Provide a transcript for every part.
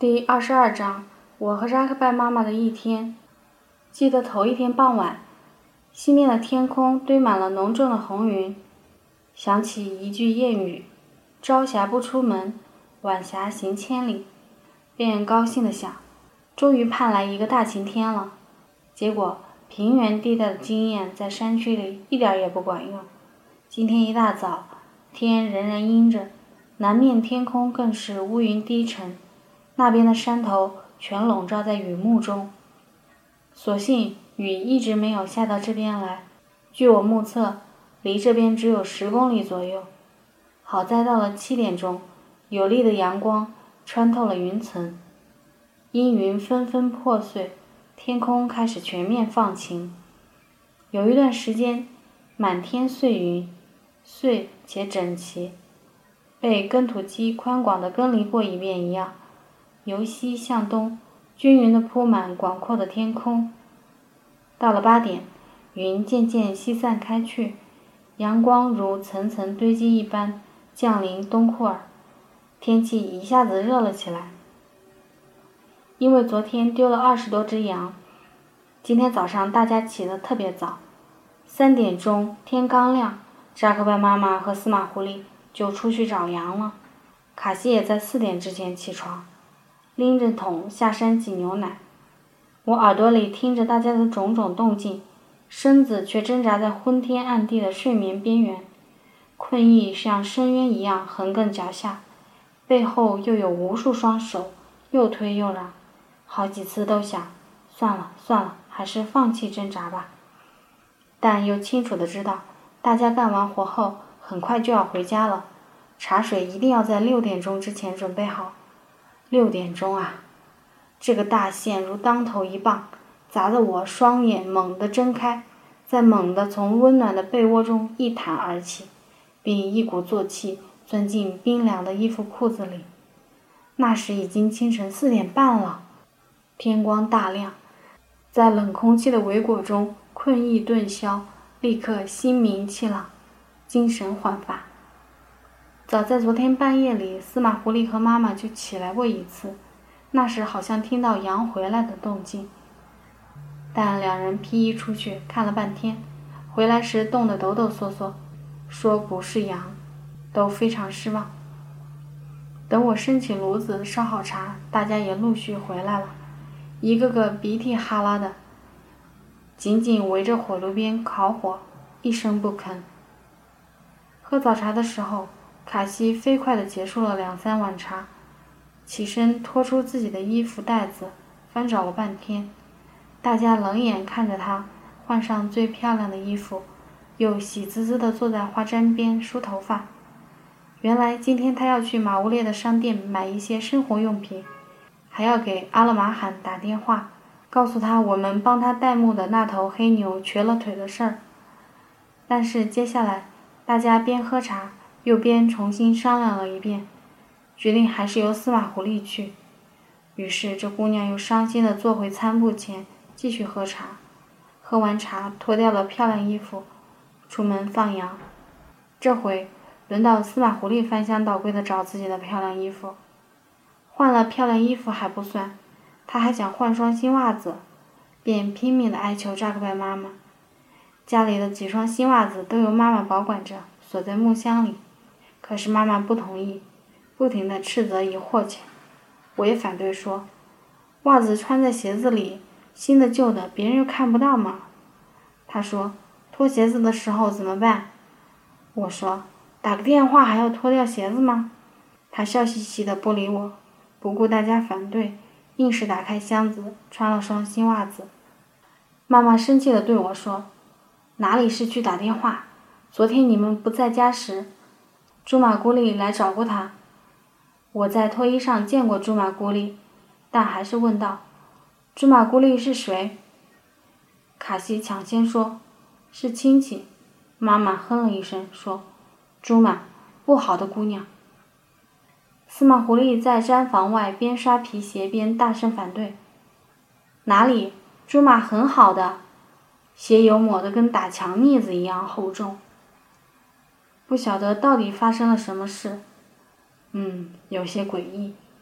第22章，我和扎克拜妈妈的一天。记得头一天傍晚，西面的天空堆满了浓重的红云，想起一句谚语：朝霞不出门，晚霞行千里，便高兴地想，终于盼来一个大晴天了。结果平原地带的经验在山区里一点也不管用。今天一大早，天仍然阴着，南面天空更是乌云低沉，那边的山头全笼罩在雨幕中。所幸雨一直没有下到这边来，据我目测，离这边只有10公里左右。好在到了7点钟，有力的阳光穿透了云层，阴云纷纷破碎，天空开始全面放晴。有一段时间，满天碎云，碎且整齐，被耕土机宽广地耕犁过一遍一样，由西向东，均匀地铺满广阔的天空。到了8点，云渐渐西散开去，阳光如层层堆积一般降临东库尔，天气一下子热了起来。因为昨天丢了20多只羊，今天早上大家起得特别早，3点钟天刚亮，扎克拜妈妈和司马狐狸就出去找羊了。卡西也在4点之前起床，拎着桶下山挤牛奶。我耳朵里听着大家的种种动静，身子却挣扎在昏天暗地的睡眠边缘，困意像深渊一样横亘脚下，背后又有无数双手又推又让，好几次都想算了，还是放弃挣扎吧。但又清楚地知道，大家干完活后很快就要回家了，茶水一定要在6点钟之前准备好。6点钟啊！这个大限如当头一棒，砸得我双眼猛地睁开，再猛地从温暖的被窝中一弹而起，并一鼓作气钻进冰凉的衣服裤子里。那时已经清晨4点半了，天光大亮，在冷空气的围裹中，困意顿消，立刻心明气朗，精神焕发。早在昨天半夜里，司马狐狸和妈妈就起来过一次，那时好像听到羊回来的动静，但两人披衣出去看了半天，回来时冻得抖抖嗦嗦，说不是羊，都非常失望。等我升起炉子烧好茶，大家也陆续回来了，一个个鼻涕哈拉的，紧紧围着火炉边烤火，一声不吭。喝早茶的时候，卡西飞快地结束了2、3碗茶，起身拖出自己的衣服袋子，翻找了半天。大家冷眼看着他换上最漂亮的衣服，又喜滋滋地坐在花毡边梳头发。原来今天他要去马乌列的商店买一些生活用品，还要给阿勒马罕打电话，告诉他我们帮他带牧的那头黑牛瘸了腿的事儿。但是接下来大家边喝茶又边重新商量了一遍，决定还是由司马狐狸去。于是这姑娘又伤心地坐回餐布前继续喝茶，喝完茶脱掉了漂亮衣服，出门放羊。这回轮到司马狐狸翻箱倒柜地找自己的漂亮衣服。换了漂亮衣服还不算，他还想换双新袜子，便拼命地哀求扎克拜妈妈。家里的几双新袜子都由妈妈保管着，锁在木箱里，可是妈妈不同意，不停地斥责疑惑起。我也反对说，袜子穿在鞋子里，新的旧的别人又看不到嘛。她说，脱鞋子的时候怎么办？我说，打个电话还要脱掉鞋子吗？她笑嘻嘻的不理我，不顾大家反对，硬是打开箱子穿了双新袜子。妈妈生气地对我说，哪里是去打电话，昨天你们不在家时，朱玛姑丽来找过她。我在脱衣上见过朱玛姑丽，但还是问道，朱玛姑丽是谁？卡西抢先说，是亲戚。妈妈哼了一声说，朱玛，不好的姑娘。司马狐狸在毡房外边刷皮鞋边大声反对，哪里，朱玛很好的，鞋油抹得跟打墙腻子一样厚重。不晓得到底发生了什么事，有些诡异。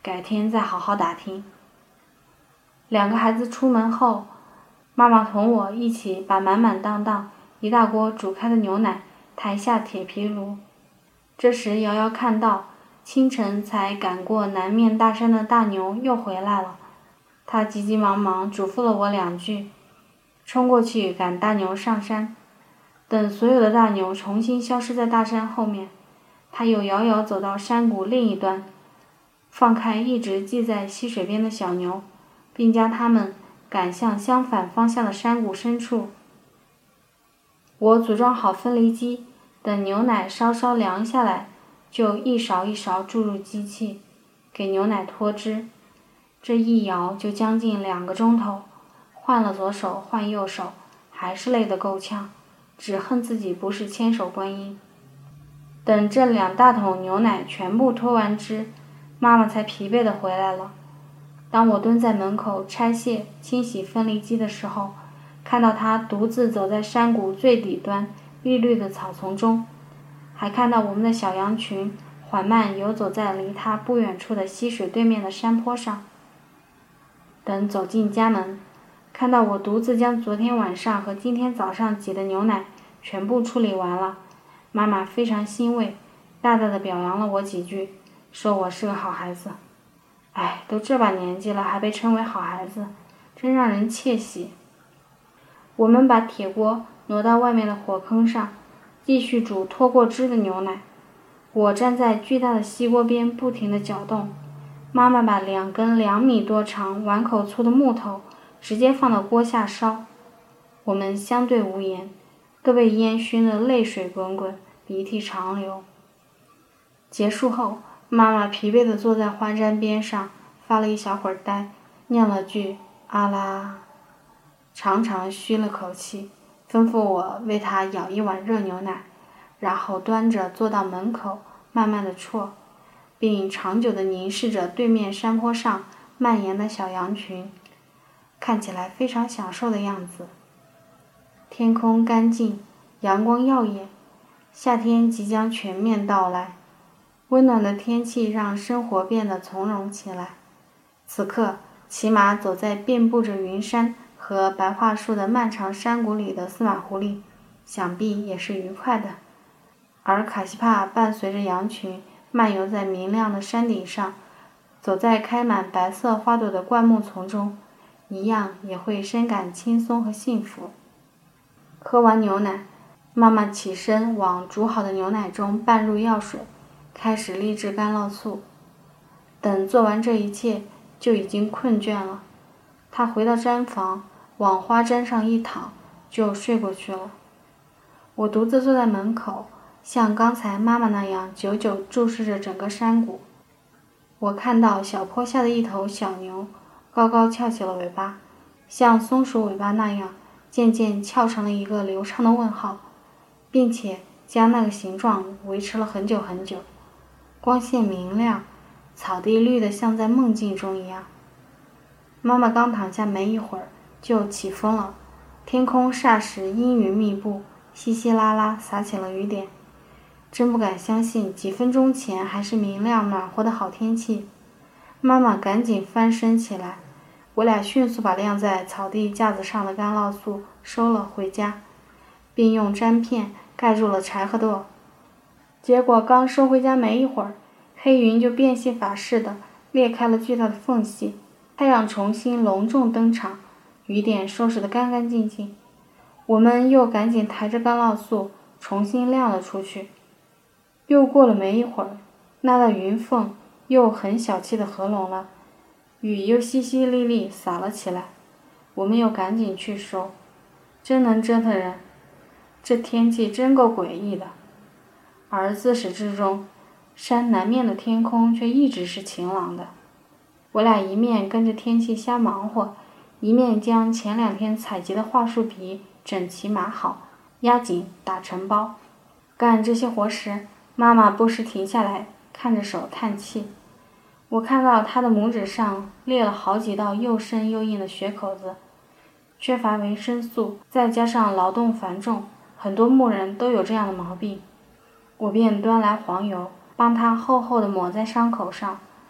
改天再好好打听。2个孩子出门后，妈妈同我一起把满满当当一大锅煮开的牛奶抬下铁皮炉。这时瑶瑶看到清晨才赶过南面大山的大牛又回来了，她急急忙忙嘱咐了我2句，冲过去赶大牛上山。等所有的大牛重新消失在大山后面，她又遥遥走到山谷另一端，放开一直系在溪水边的小牛，并将它们赶向相反方向的山谷深处。我组装好分离机，等牛奶稍稍凉下来，就一勺一勺注入机器，给牛奶脱脂。这一摇就将近2个钟头，换了左手换右手，还是累得够呛，只恨自己不是千手观音。等这2大桶牛奶全部脱完脂，妈妈才疲惫地回来了。当我蹲在门口拆卸清洗分离机的时候，看到她独自走在山谷最底端绿绿的草丛中，还看到我们的小羊群缓慢游走在离它不远处的溪水对面的山坡上。等走进家门，看到我独自将昨天晚上和今天早上挤的牛奶全部处理完了，妈妈非常欣慰，大大的表扬了我几句，说我是个好孩子。哎，都这把年纪了还被称为好孩子，真让人窃喜。我们把铁锅挪到外面的火坑上，继续煮脱过脂的牛奶。我站在巨大的锡锅边不停地搅动，妈妈把2根2米多长碗口粗的木头直接放到锅下烧。我们相对无言，都被烟熏得泪水滚滚，鼻涕长流。结束后，妈妈疲惫地坐在花毡边上，发了一小会儿呆，念了句阿拉，长长吁了口气，吩咐我为她舀一碗热牛奶，然后端着坐到门口，慢慢地啜，并长久地凝视着对面山坡上蔓延的小羊群，看起来非常享受的样子。天空干净，阳光耀眼，夏天即将全面到来。温暖的天气让生活变得从容起来。此刻，骑马走在遍布着云山和白桦树的漫长山谷里的司马狐狸，想必也是愉快的。而卡西帕伴随着羊群漫游在明亮的山顶上，走在开满白色花朵的灌木丛中，一样也会深感轻松和幸福。喝完牛奶，妈妈起身往煮好的牛奶中拌入药水，开始炼制干酪素。等做完这一切，就已经困倦了。她回到毡房，往花毡上一躺，就睡过去了。我独自坐在门口，像刚才妈妈那样久久注视着整个山谷。我看到小坡下的一头小牛高高翘起了尾巴，像松鼠尾巴那样渐渐翘成了一个流畅的问号，并且将那个形状维持了很久很久。光线明亮，草地绿得像在梦境中一样。妈妈刚躺下没一会儿就起风了，天空霎时阴云密布，稀稀拉拉洒起了雨点。真不敢相信几分钟前还是明亮暖和的好天气。妈妈赶紧翻身起来，我俩迅速把晾在草地架子上的干酪素收了回家，并用毡片盖住了柴禾垛。结果刚收回家没一会儿，黑云就变戏法似的裂开了巨大的缝隙，太阳重新隆重登场，雨点收拾得干干净净。我们又赶紧抬着干酪素重新晾了出去。又过了没一会儿，那道云缝又很小气地合拢了，雨又淅淅沥沥洒了起来。我们又赶紧去收，真能折腾人，这天气真够诡异的。而自始至终，山南面的天空却一直是晴朗的。我俩一面跟着天气瞎忙活，一面将前2天采集的桦树皮整齐码好，压紧打成包。干这些活时，妈妈不时停下来看着手叹气。我看到她的拇指上裂了好几道又深又硬的血口子，缺乏维生素，再加上劳动繁重，很多牧人都有这样的毛病。我便端来黄油，帮她厚厚地抹在伤口上。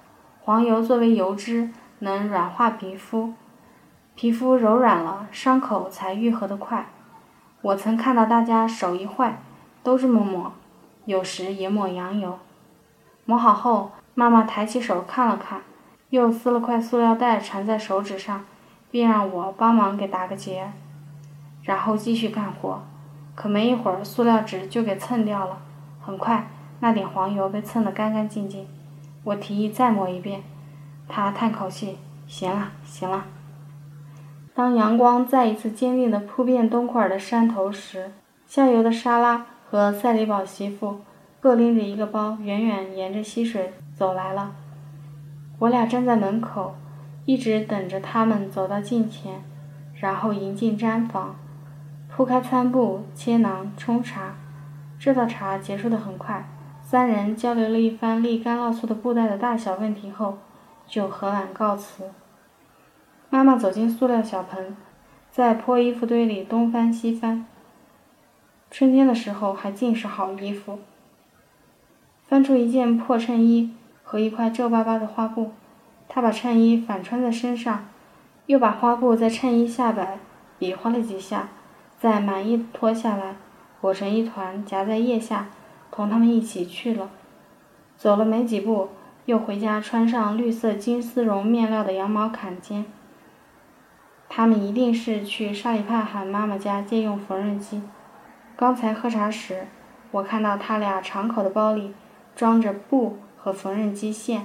黄油作为油脂，能软化皮肤，皮肤柔软了，伤口才愈合得快。我曾看到大家手一坏，都这么抹，有时也抹羊油。抹好后，妈妈抬起手看了看，又撕了块塑料袋缠在手指上，并让我帮忙给打个结，然后继续干活。可没一会儿，塑料纸就给蹭掉了，很快那点黄油被蹭得干干净净。我提议再抹一遍，她叹口气，行了行了。当阳光再一次坚定地扑遍东库尔的山头时，下游的莎拉和赛里堡媳妇各拎着一个包，远远沿着溪水走来了。我俩站在门口，一直等着他们走到近前，然后迎进毡房，铺开餐布，切馕，冲茶。这道茶结束得很快，三人交流了一番沥干酪醋的布袋的大小问题后，就和蔼告辞。妈妈走进塑料小盆，在破衣服堆里东翻西翻。春天的时候还尽是好衣服。翻出一件破衬衣和一块皱巴巴的花布，她把衬衣反穿在身上，又把花布在衬衣下摆比划了几下，再满意脱下来，裹成一团夹在腋下，同他们一起去了。走了没几步，又回家穿上绿色金丝绒面料的羊毛坎肩。他们一定是去沙里帕罕妈妈家借用缝纫机。刚才喝茶时，我看到他俩敞口的包里装着布和缝纫机线。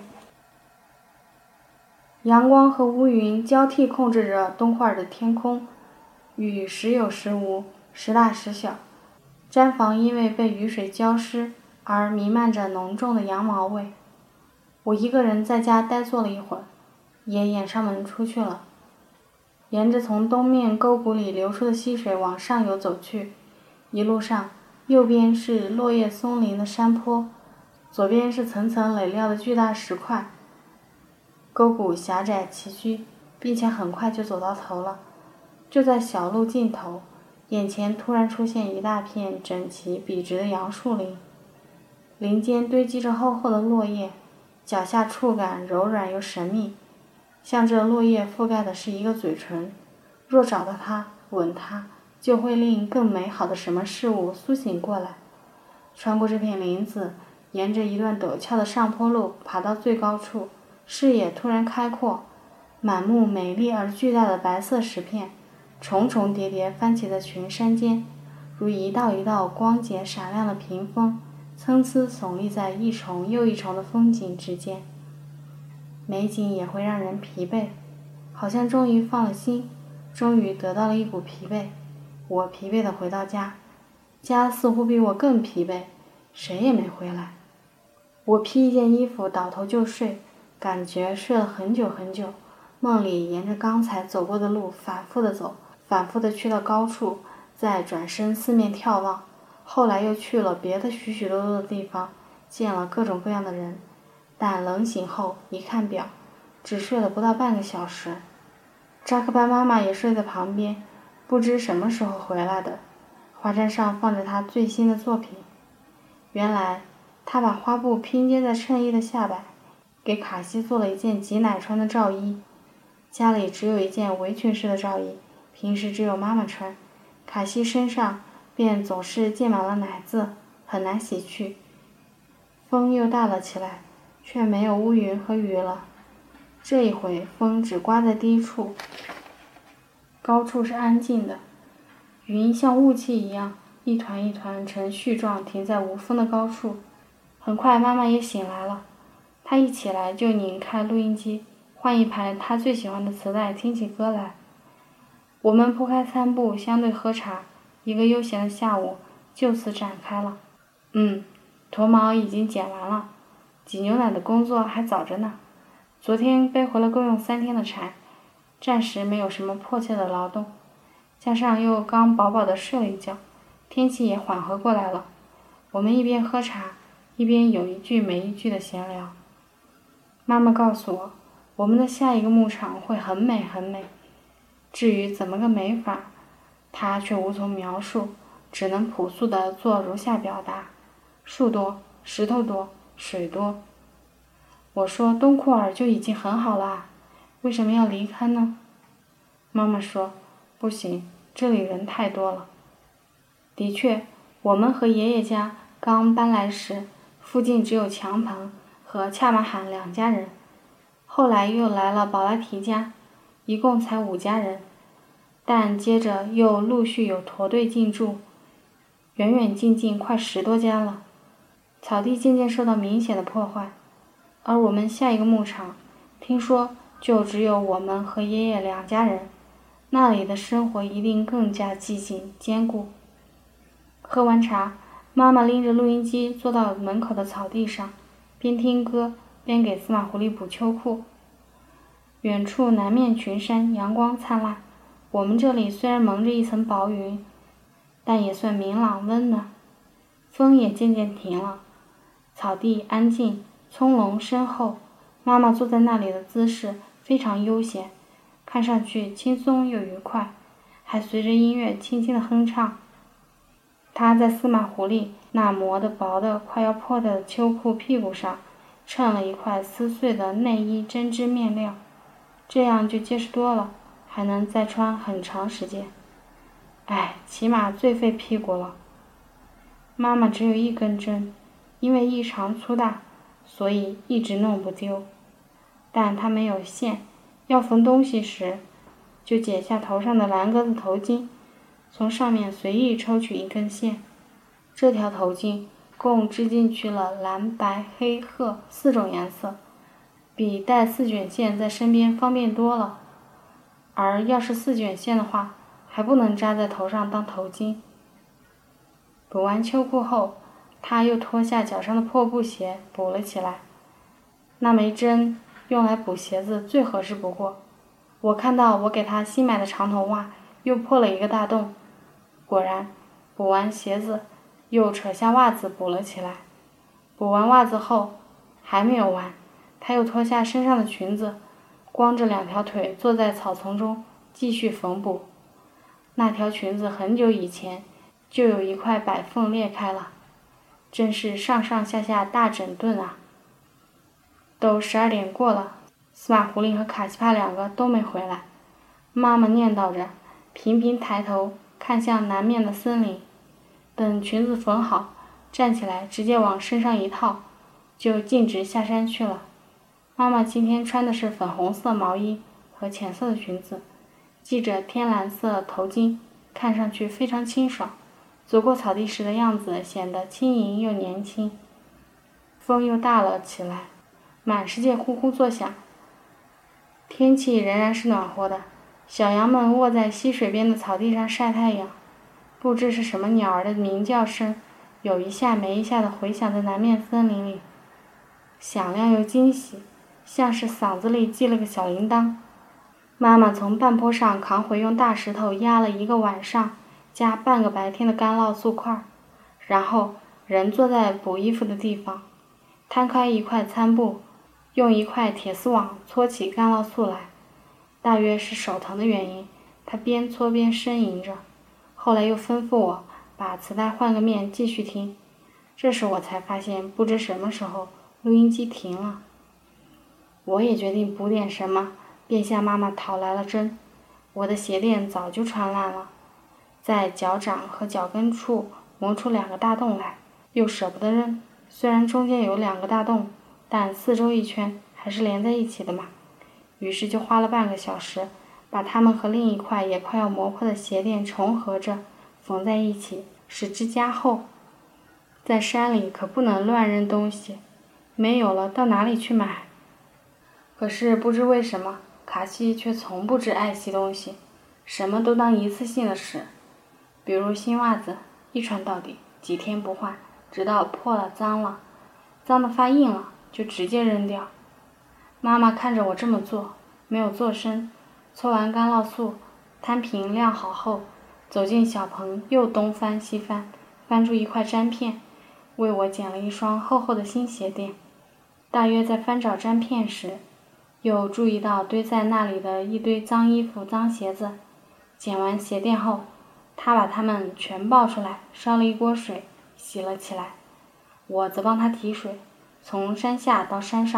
阳光和乌云交替控制着东库尔的天空，雨时有时无，时大时小。毡房因为被雨水浇湿而弥漫着浓重的羊毛味。我一个人在家呆坐了一会儿，也掩上门出去了。沿着从东面沟谷里流出的溪水往上游走去，一路上，右边是落叶松林的山坡，左边是层层垒料的巨大石块。沟谷狭窄崎岖，并且很快就走到头了。就在小路尽头，眼前突然出现一大片整齐笔直的杨树林，林间堆积着厚厚的落叶，脚下触感柔软又神秘，像这落叶覆盖的是一个嘴唇，若找到它，吻它，就会令更美好的什么事物苏醒过来。穿过这片林子，沿着一段陡峭的上坡路爬到最高处，视野突然开阔，满目美丽而巨大的白色石片，重重叠叠翻起在群山间，如一道一道光洁闪亮的屏风，参差耸立在一重又一重的风景之间。美景也会让人疲惫，好像终于放了心，终于得到了一股疲惫。我疲惫地回到家，家似乎比我更疲惫，谁也没回来。我披一件衣服倒头就睡，感觉睡了很久很久，梦里沿着刚才走过的路反复地走，反复地去到高处，再转身四面眺望，后来又去了别的许许多多的地方，见了各种各样的人，但冷醒后一看表，只睡了不到半个小时。扎克班妈妈也睡在旁边，不知什么时候回来的，花毡上放着她最新的作品。原来她把花布拼接在衬衣的下摆，给卡西做了一件挤奶穿的罩衣。家里只有一件围裙式的罩衣，平时只有妈妈穿，卡西身上便总是溅满了奶渍，很难洗去。风又大了起来，却没有乌云和雨了。这一回风只刮在低处，高处是安静的，云像雾气一样一团一团呈絮状停在无风的高处。很快妈妈也醒来了，她一起来就拧开录音机，换一盘她最喜欢的磁带，听起歌来。我们铺开餐布，相对喝茶，一个悠闲的下午就此展开了。驼毛已经剪完了，挤牛奶的工作还早着呢。昨天背回了够用3天的柴，暂时没有什么迫切的劳动，加上又刚饱饱地睡了一觉，天气也缓和过来了。我们一边喝茶，一边有一句没一句的闲聊。妈妈告诉我，我们的下一个牧场会很美很美，至于怎么个美法，她却无从描述，只能朴素地做如下表达：树多，石头多，水多。 我说东库尔就已经很好了，为什么要离开呢？妈妈说，不行，这里人太多了。的确，我们和爷爷家刚搬来时，附近只有强鹏和恰马罕2家人，后来又来了保拉提家，一共才5家人，但接着又陆续有驼队进驻，远远近近快10多家了。草地渐渐受到明显的破坏，而我们下一个牧场，听说就只有我们和爷爷2家人，那里的生活一定更加寂静坚固。喝完茶，妈妈拎着录音机坐到门口的草地上，边听歌边给司马狐狸补秋裤。远处南面群山阳光灿烂，我们这里虽然蒙着一层薄云，但也算明朗温暖。风也渐渐停了，草地安静，葱茏深厚。妈妈坐在那里的姿势非常悠闲，看上去轻松又愉快，还随着音乐轻轻地哼唱。她在司马狐狸那磨得薄的快要破的秋裤屁股上衬了一块撕碎的内衣针织面料，这样就结实多了，还能再穿很长时间。哎，起码最费屁股了。妈妈只有1根针，因为异常粗大，所以一直弄不丢。但她没有线，要缝东西时，就解下头上的蓝格子头巾，从上面随意抽取1根线。这条头巾共织进去了蓝、白、黑、褐4种颜色，比带4卷线在身边方便多了。而要是4卷线的话，还不能扎在头上当头巾。补完秋裤后，她又脱下脚上的破布鞋补了起来。那枚针用来补鞋子最合适不过，我看到我给她新买的长筒袜又破了1个大洞。果然，补完鞋子又扯下袜子补了起来。补完袜子后还没有完，她又脱下身上的裙子，光着2条腿坐在草丛中继续缝补。那条裙子很久以前就有1块摆缝裂开了，真是上上下下大整顿啊。都12点过了，司马狐狸和卡西帕2个都没回来。妈妈念叨着，频频抬头看向南面的森林。等裙子缝好，站起来直接往身上一套，就径直下山去了。妈妈今天穿的是粉红色毛衣和浅色的裙子，系着天蓝色头巾，看上去非常清爽，走过草地时的样子显得轻盈又年轻。风又大了起来，满世界呼呼作响。天气仍然是暖和的，小羊们卧在溪水边的草地上晒太阳。不知是什么鸟儿的鸣叫声，有一下没一下地回响在南面森林里，响亮又惊喜，像是嗓子里系了个小铃铛。妈妈从半坡上扛回用大石头压了1个晚上加半个白天的干酪素块，然后人坐在补衣服的地方，摊开1块餐布，用1块铁丝网搓起干酪素来。大约是手疼的原因，她边搓边呻吟着。后来又吩咐我把磁带换个面继续听。这时我才发现不知什么时候录音机停了。我也决定补点什么，便向妈妈讨来了针。我的鞋垫早就穿烂了，在脚掌和脚跟处磨出2个大洞来，又舍不得扔。虽然中间有2个大洞，但4周一圈还是连在一起的嘛。于是就花了半个小时，把它们和另一块也快要磨破的鞋垫重合着缝在一起，使之加厚。在山里可不能乱扔东西，没有了到哪里去买？可是不知为什么，卡西却从不知爱惜东西，什么都当一次性的使。比如新袜子，一穿到底，几天不换，直到破了脏了，脏得发硬了，就直接扔掉。妈妈看着我这么做，没有做声，搓完干酪素，摊平晾好后，走进小棚，又东翻西翻，翻出1块粘片，为我捡了1双厚厚的新鞋垫。大约在翻找粘片时，又注意到堆在那里的一堆脏衣服、脏鞋子。捡完鞋垫后，他把它们全抱出来，烧了1锅水，洗了起来。我则帮他提水，从山下到山上，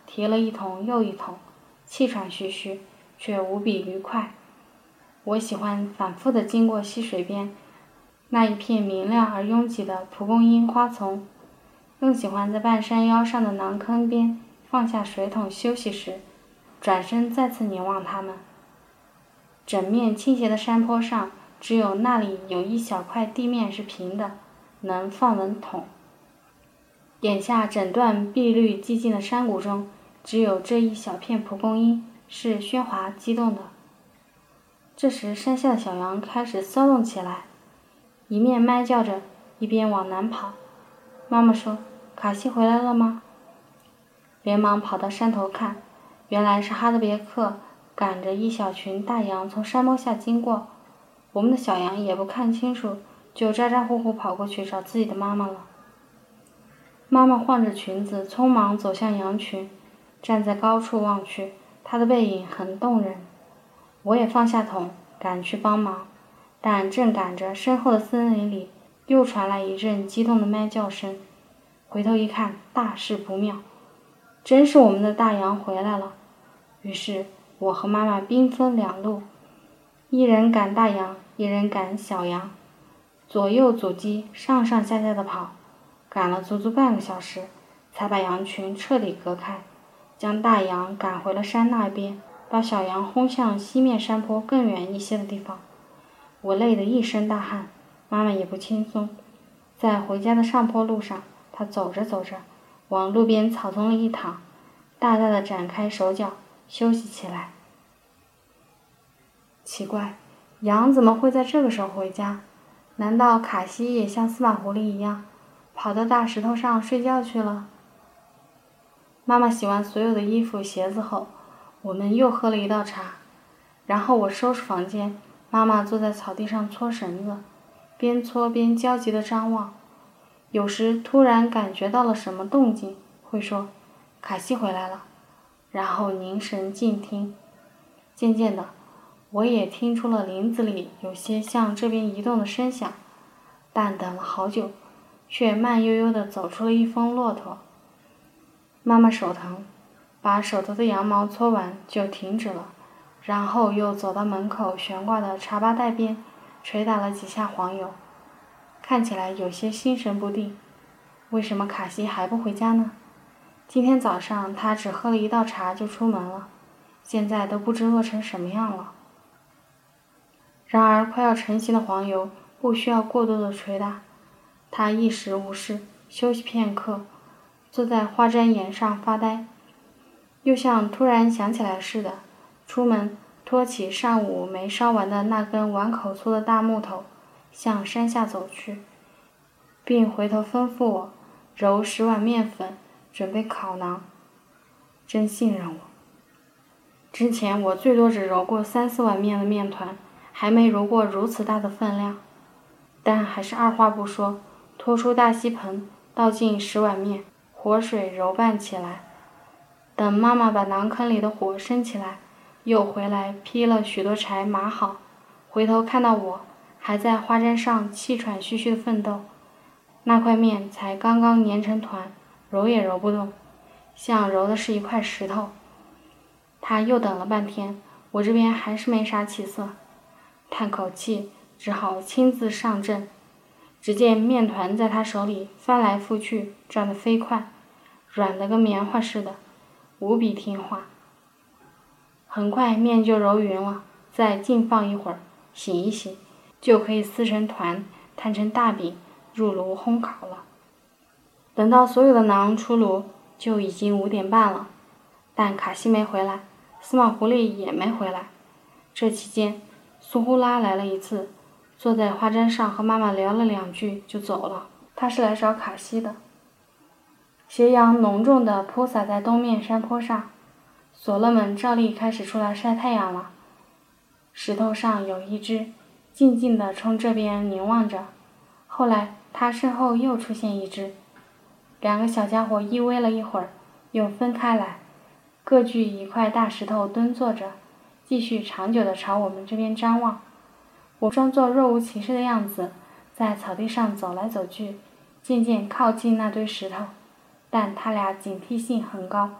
提了一桶又一桶，气喘吁吁，却无比愉快。我喜欢反复地经过溪水边那一片明亮而拥挤的蒲公英花丛，更喜欢在半山腰上的囊坑边放下水桶休息时，转身再次凝望它们。整面倾斜的山坡上，只有那里有一小块地面是平的，能放稳桶。眼下整段碧绿寂静的山谷中，只有这一小片蒲公英是喧哗激动的。这时山下的小羊开始骚动起来，一面麦叫着，一边往南跑。妈妈说：“卡西回来了吗？”连忙跑到山头看，原来是哈德别克赶着一小群大羊从山坡下经过。我们的小羊也不看清楚，就咋咋呼呼跑过去找自己的妈妈了。妈妈晃着裙子匆忙走向羊群，站在高处望去，她的背影很动人。我也放下桶赶去帮忙，但正赶着，身后的森林里又传来一阵激动的麦叫声。回头一看，大事不妙，真是我们的大羊回来了。于是我和妈妈兵分两路，一人赶大羊，一人赶小羊，左右阻击，上上下下的跑，赶了足足半个小时，才把羊群彻底隔开，将大羊赶回了山那边，把小羊轰向西面山坡更远一些的地方。我累得一身大汗，妈妈也不轻松。在回家的上坡路上，她走着走着，往路边草丛里一躺，大大的展开手脚休息起来。奇怪，羊怎么会在这个时候回家？难道卡西也像司马狐狸一样，跑到大石头上睡觉去了？妈妈洗完所有的衣服鞋子后，我们又喝了一道茶，然后我收拾房间，妈妈坐在草地上搓绳子，边搓边焦急地张望，有时突然感觉到了什么动静，会说卡西回来了，然后凝神静听。渐渐的，我也听出了林子里有些向这边移动的声响，但等了好久，却慢悠悠地走出了一峰骆驼。妈妈手疼，把手头的羊毛搓完就停止了，然后又走到门口悬挂的茶吧台边，捶打了几下黄油，看起来有些心神不定。为什么卡西还不回家呢？今天早上他只喝了一道茶就出门了，现在都不知饿成什么样了。然而快要成型的黄油不需要过多的捶打，他一时无事，休息片刻，坐在花毡沿上发呆，又像突然想起来似的，出门拖起上午没烧完的那根碗口粗的大木头，向山下走去，并回头吩咐我揉10碗面粉，准备烤馕。真信任我。之前我最多只揉过3、4碗面的面团，还没揉过如此大的分量，但还是二话不说，拖出大锡盆，倒进10碗面，活水揉拌起来。等妈妈把馕坑里的火升起来，又回来劈了许多柴码好，回头看到我还在花毡上气喘吁吁的奋斗，那块面才刚刚粘成团，揉也揉不动，像揉的是一块石头。他又等了半天，我这边还是没啥起色，叹口气，只好亲自上阵。只见面团在他手里翻来覆去，转得飞快，软得跟棉花似的，无比听话。很快面就揉匀了，再静放一会儿，醒一醒，就可以撕成团，摊成大饼，入炉烘烤了。等到所有的馕出炉，就已经5点半了。但卡西没回来，司马狐狸也没回来。这期间，苏呼拉来了一次，坐在花毡上和妈妈聊了2句就走了。他是来找卡西的。斜阳浓重地铺洒在东面山坡上，索勒们照例开始出来晒太阳了。石头上有一只，静静地冲这边凝望着。后来他身后又出现一只，2个小家伙依偎了一会儿，又分开来，各据一块大石头蹲坐着，继续长久地朝我们这边张望。我装作若无其事的样子，在草地上走来走去，渐渐靠近那堆石头，但他俩警惕性很高，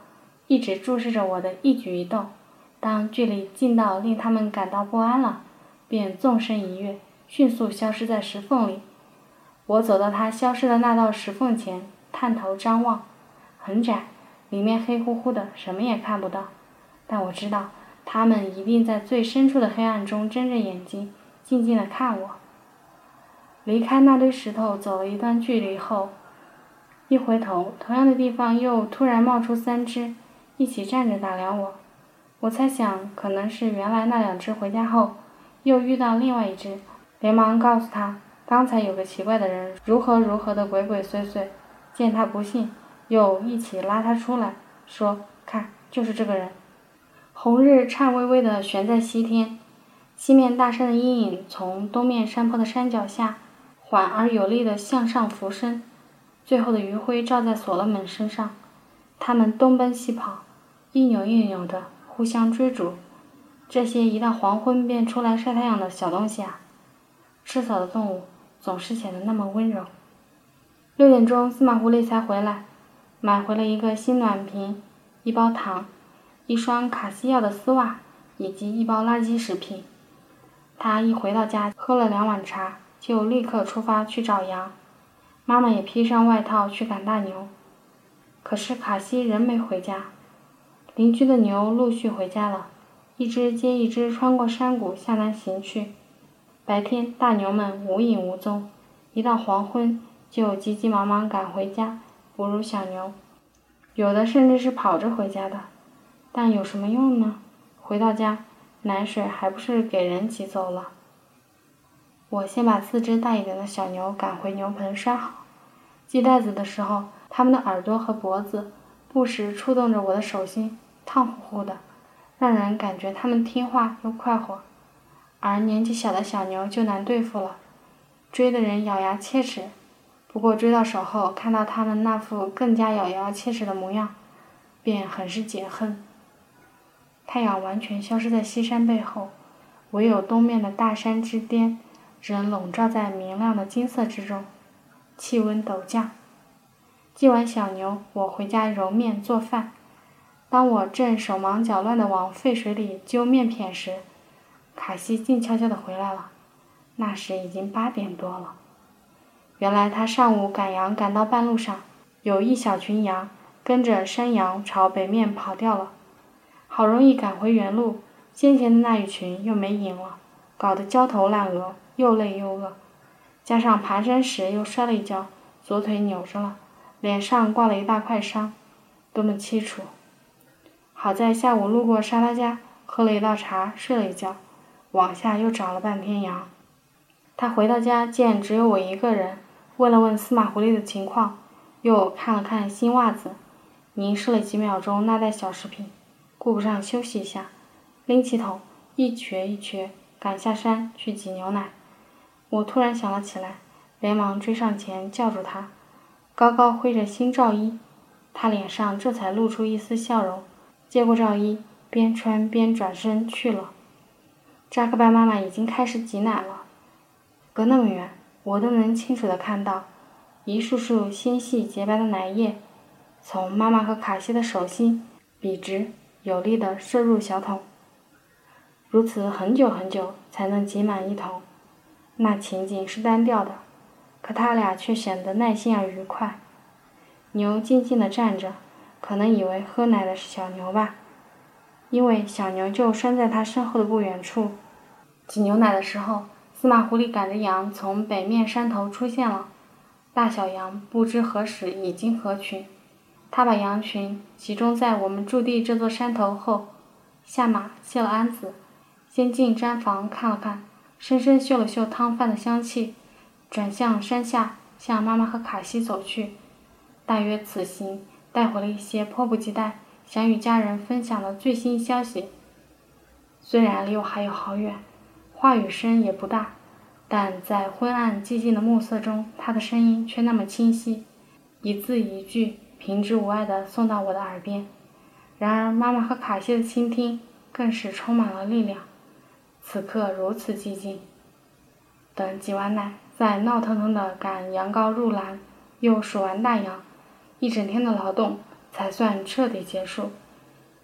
一直注视着我的一举一动。当距离近到令他们感到不安了，便纵身一跃，迅速消失在石缝里。我走到它消失的那道石缝前，探头张望，很窄，里面黑乎乎的，什么也看不到。但我知道，它们一定在最深处的黑暗中睁着眼睛，静静地看我。离开那堆石头走了一段距离后，一回头，同样的地方又突然冒出3只，一起站着打量我。我猜想可能是原来那2只回家后，又遇到另外一只，连忙告诉他，刚才有个奇怪的人如何的鬼鬼祟祟。见他不信，又一起拉他出来，说：“看，就是这个人。”红日颤巍巍地悬在西天，西面大山的阴影从东面山坡的山脚下缓而有力地向上浮升，最后的余晖照在所罗门身上。他们东奔西跑，一扭一扭的互相追逐。这些一到黄昏便出来晒太阳的小东西啊，吃草的动物总是显得那么温柔。6点钟，司马狐狸才回来，买回了一个新暖瓶、一包糖、一双卡西要的丝袜以及一包垃圾食品。他一回到家，喝了2碗茶，就立刻出发去找羊。妈妈也披上外套去赶大牛。可是卡西仍没回家。邻居的牛陆续回家了，一只接一只穿过山谷向南行去。白天大牛们无影无踪，一到黄昏就急急忙忙赶回家哺乳小牛，有的甚至是跑着回家的。但有什么用呢？回到家，奶水还不是给人挤走了。我先把4只大一点的小牛赶回牛棚拴好，系带子的时候，它们的耳朵和脖子不时触动着我的手心，烫乎乎的，让人感觉它们听话又快活。而年纪小的小牛就难对付了，追的人咬牙切齿。不过追到手后，看到它们那副更加咬牙切齿的模样，便很是解恨。太阳完全消失在西山背后，唯有东面的大山之巅仍笼罩在明亮的金色之中，气温陡降。系完小牛，我回家揉面做饭。当我正手忙脚乱地往沸水里揪面片时，卡西静悄悄地回来了。那时已经8点多了。原来他上午赶羊赶到半路上，有一小群羊跟着山羊朝北面跑掉了。好容易赶回原路，先前的那一群又没影了，搞得焦头烂额，又累又饿。加上爬山时又摔了一跤，左腿扭着了，脸上挂了一大块伤，多么凄楚。好在下午路过沙拉家，喝了一道茶，睡了一觉，往下又找了半天羊。他回到家见只有我一个人，问了问司马狐狸的情况，又看了看新袜子，凝视了几秒钟那袋小食品，顾不上休息一下，拎起桶一瘸一瘸赶下山去挤牛奶。我突然想了起来，连忙追上前叫住他，高高挥着新罩衣。他脸上这才露出一丝笑容，接过罩衣，边穿边转身去了。扎克拜妈妈已经开始挤奶了，隔那么远，我都能清楚地看到一束束纤细洁白的奶液从妈妈和卡西的手心笔直有力地射入小桶，如此很久很久才能挤满一桶。那情景是单调的，可他俩却显得耐心而愉快。牛静静地站着，可能以为喝奶的是小牛吧，因为小牛就拴在他身后的不远处。挤牛奶的时候，司马狐狸赶着羊从北面山头出现了，大小羊不知何时已经合群。他把羊群集中在我们驻地这座山头后，下马卸了鞍子，先进毡房看了看，深深嗅了嗅汤饭的香气，转向山下向妈妈和卡西走去。大约此行带回了一些迫不及待想与家人分享的最新消息。虽然离我还有好远，话语声也不大，但在昏暗寂静的暮色中，他的声音却那么清晰，一字一句平直无碍地送到我的耳边。然而妈妈和卡西的倾听更是充满了力量，此刻如此寂静。等挤完奶，再闹腾腾地赶羊羔入栏，又数完大羊，一整天的劳动才算彻底结束。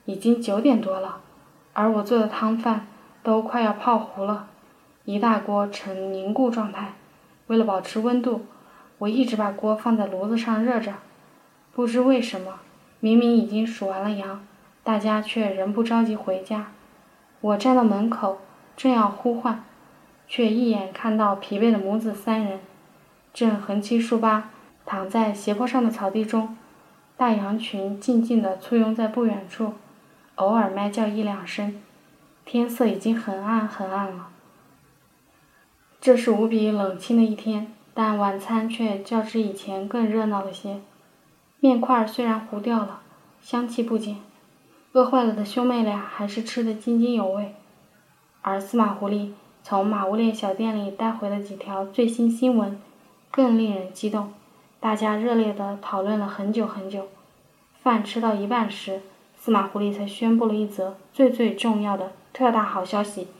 已经9点多了，而我做的汤饭都快要泡糊了，一大锅呈凝固状态。为了保持温度，我一直把锅放在炉子上热着。不知为什么，明明已经数完了羊，大家却仍不着急回家。我站到门口，正要呼唤，却一眼看到疲惫的母子3人，正横七竖八躺在斜坡上的草地中，大羊群静静地簇拥在不远处，偶尔咩叫1-2声。天色已经很暗很暗了。这是无比冷清的一天，但晚餐却较之以前更热闹了些。面块虽然糊掉了，香气不减，饿坏了的兄妹俩还是吃得津津有味。而司马狐狸从马乌列小店里带回了几条最新新闻，更令人激动。大家热烈地讨论了很久很久。饭吃到一半时，司马狐狸才宣布了一则最重要的特大好消息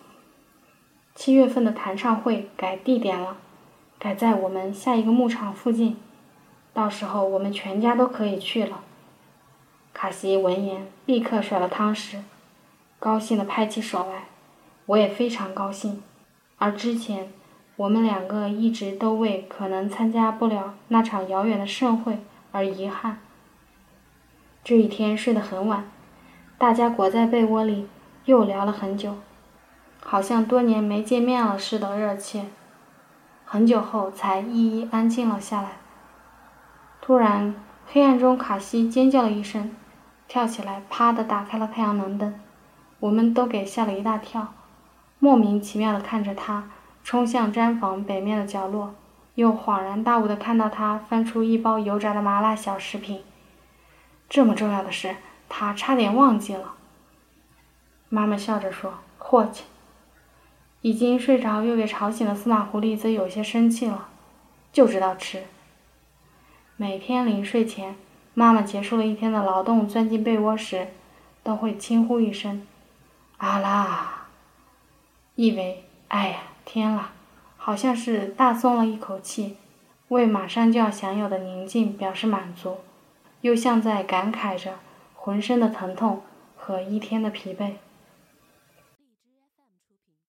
：7月份的弹唱会改地点了，改在我们下一个牧场附近，到时候我们全家都可以去了。卡西闻言立刻甩了汤匙，高兴地拍起手来。我也非常高兴，而之前我们2个一直都为可能参加不了那场遥远的盛会而遗憾。这一天睡得很晚，大家裹在被窝里又聊了很久，好像多年没见面了似的热切。很久后才一一安静了下来。突然，黑暗中卡西尖叫了一声，跳起来啪地打开了太阳能灯。我们都给吓了一大跳，莫名其妙地看着他冲向毡房北面的角落，又恍然大悟地看到他翻出一包油炸的麻辣小食品。这么重要的事，他差点忘记了。妈妈笑着说：“霍气。”已经睡着又给吵醒的司马狐狸则有些生气了，就知道吃。每天临睡前，妈妈结束了一天的劳动钻进被窝时，都会轻呼一声“啊啦”，意为哎呀天啦，好像是大松了一口气，为马上就要享有的宁静表示满足，又像在感慨着浑身的疼痛和一天的疲惫。